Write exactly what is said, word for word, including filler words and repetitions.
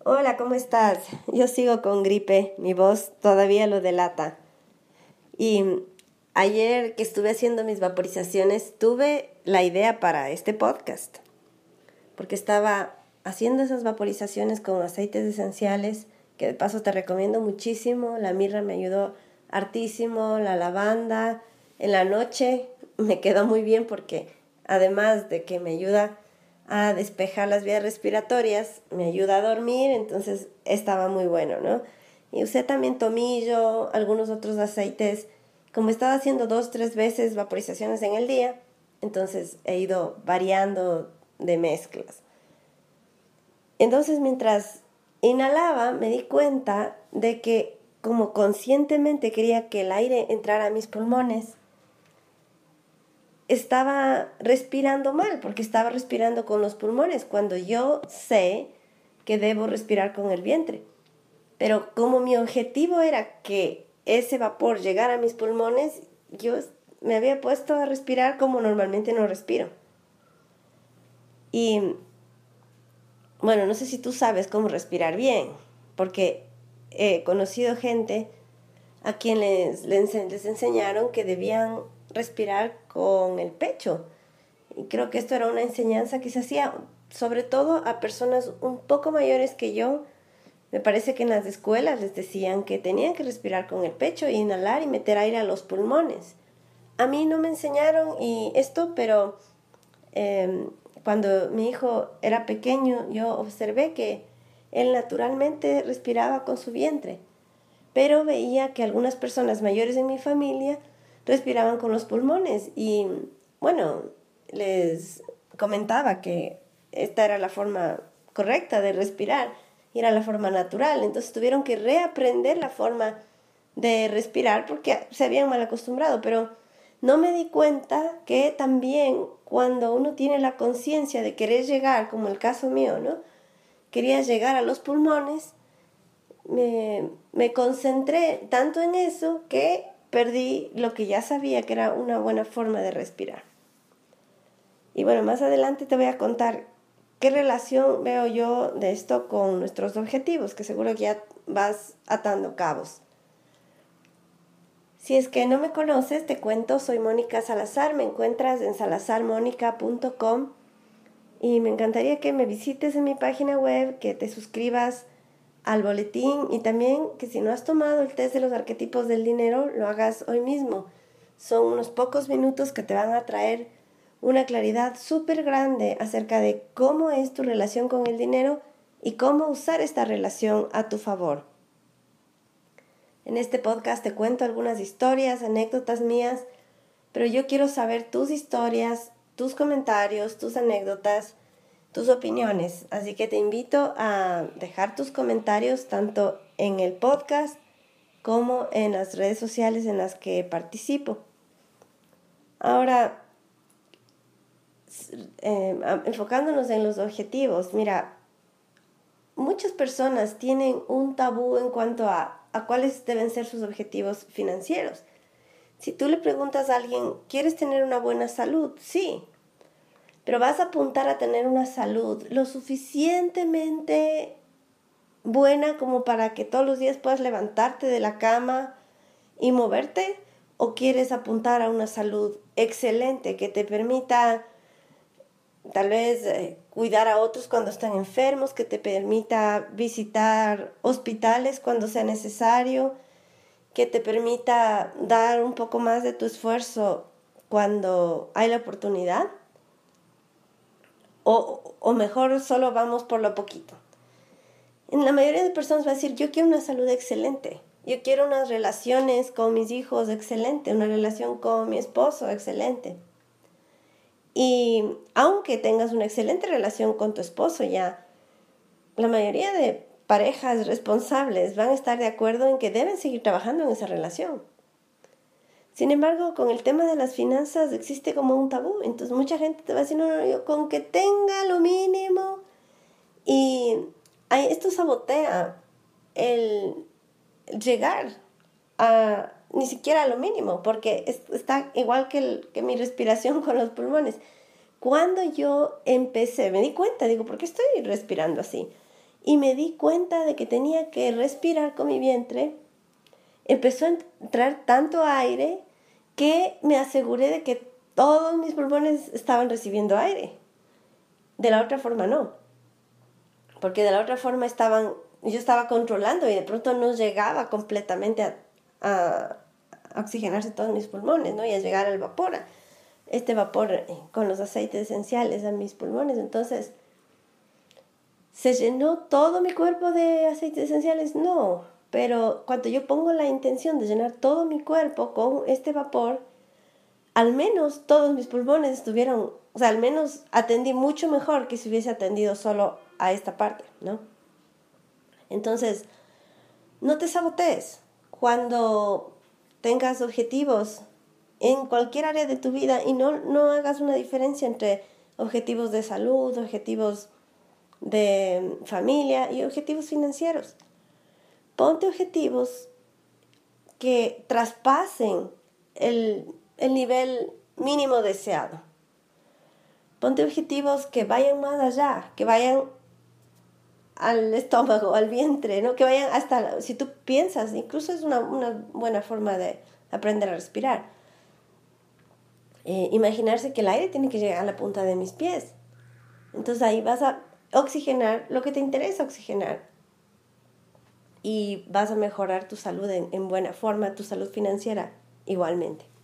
Hola, ¿cómo estás? Yo sigo con gripe, mi voz todavía lo delata. Y ayer que estuve haciendo mis vaporizaciones, tuve la idea para este podcast, porque estaba haciendo esas vaporizaciones con aceites esenciales, que de paso te recomiendo muchísimo. La mirra me ayudó hartísimo, la lavanda. En la noche me quedó muy bien porque además de que me ayuda a despejar las vías respiratorias, me ayuda a dormir, entonces estaba muy bueno, ¿no? Y usé también tomillo, algunos otros aceites. Como estaba haciendo dos, tres veces vaporizaciones en el día, entonces he ido variando de mezclas. Entonces, mientras inhalaba, me di cuenta de que como conscientemente quería que el aire entrara a mis pulmones, estaba respirando mal, porque estaba respirando con los pulmones, cuando yo sé que debo respirar con el vientre. Pero como mi objetivo era que ese vapor llegara a mis pulmones, yo me había puesto a respirar como normalmente no respiro. Y bueno, no sé si tú sabes cómo respirar bien, porque he conocido gente a quien les, les, les enseñaron que debían respirar con el pecho. Y creo que esto era una enseñanza que se hacía sobre todo a personas un poco mayores que yo. Me parece que en las escuelas les decían que tenían que respirar con el pecho e inhalar y meter aire a los pulmones. A mí no me enseñaron y esto, pero eh, cuando mi hijo era pequeño yo observé que él naturalmente respiraba con su vientre, pero veía que algunas personas mayores en mi familia respiraban con los pulmones y bueno, les comentaba que esta era la forma correcta de respirar y era la forma natural. Entonces tuvieron que reaprender la forma de respirar porque se habían mal acostumbrado, pero no me di cuenta que también cuando uno tiene la conciencia de querer llegar, como el caso mío, ¿no? Quería llegar a los pulmones, me, me concentré tanto en eso que perdí lo que ya sabía que era una buena forma de respirar. Y bueno, más adelante te voy a contar qué relación veo yo de esto con nuestros objetivos, que seguro que ya vas atando cabos. Si es que no me conoces, te cuento, soy Mónica Salazar, me encuentras en salazar mónica punto com y me encantaría que me visites en mi página web, que te suscribas al boletín y también que si no has tomado el test de los arquetipos del dinero, lo hagas hoy mismo. Son unos pocos minutos que te van a traer una claridad súper grande acerca de cómo es tu relación con el dinero y cómo usar esta relación a tu favor. En este podcast te cuento algunas historias, anécdotas mías, pero yo quiero saber tus historias, tus comentarios, tus anécdotas, tus opiniones. Así que te invito a dejar tus comentarios tanto en el podcast como en las redes sociales en las que participo. Ahora, eh, enfocándonos en los objetivos, mira, muchas personas tienen un tabú en cuanto a, a cuáles deben ser sus objetivos financieros. Si tú le preguntas a alguien, ¿quieres tener una buena salud? Sí, pero vas a apuntar a tener una salud lo suficientemente buena como para que todos los días puedas levantarte de la cama y moverte, o quieres apuntar a una salud excelente que te permita tal vez eh, cuidar a otros cuando están enfermos, que te permita visitar hospitales cuando sea necesario, que te permita dar un poco más de tu esfuerzo cuando hay la oportunidad, o, o mejor solo vamos por lo poquito. En la mayoría de personas va a decir, yo quiero una salud excelente, yo quiero unas relaciones con mis hijos excelente, una relación con mi esposo excelente. Y aunque tengas una excelente relación con tu esposo ya, la mayoría de parejas responsables van a estar de acuerdo en que deben seguir trabajando en esa relación. Sin embargo, con el tema de las finanzas existe como un tabú. Entonces mucha gente te va a decir, no, no, yo con que tenga lo mínimo. Y esto sabotea el llegar a ni siquiera a lo mínimo, porque está igual que, el, que mi respiración con los pulmones. Cuando yo empecé, me di cuenta, digo, ¿por qué estoy respirando así? y me di cuenta de que tenía que respirar con mi vientre. Empezó a entrar tanto aire que me aseguré de que todos mis pulmones estaban recibiendo aire. De la otra forma no, porque de la otra forma estaban, yo estaba controlando y de pronto no llegaba completamente a, a, a oxigenarse todos mis pulmones, ¿no? Y a llegar al vapor, este vapor con los aceites esenciales a mis pulmones. Entonces, ¿se llenó todo mi cuerpo de aceites esenciales? No, pero cuando yo pongo la intención de llenar todo mi cuerpo con este vapor, al menos todos mis pulmones estuvieron, o sea, al menos atendí mucho mejor que si hubiese atendido solo a esta parte, ¿no? Entonces, no te sabotees. Cuando tengas objetivos en cualquier área de tu vida y no, no hagas una diferencia entre objetivos de salud, objetivos de familia y objetivos financieros. Ponte objetivos que traspasen el, el nivel mínimo deseado. Ponte objetivos que vayan más allá, que vayan al estómago, al vientre, ¿no? Que vayan hasta, si tú piensas, incluso es una, una buena forma de aprender a respirar. Eh, imaginarse que el aire tiene que llegar a la punta de mis pies. Entonces ahí vas a oxigenar lo que te interesa oxigenar y vas a mejorar tu salud en, en buena forma, tu salud financiera igualmente.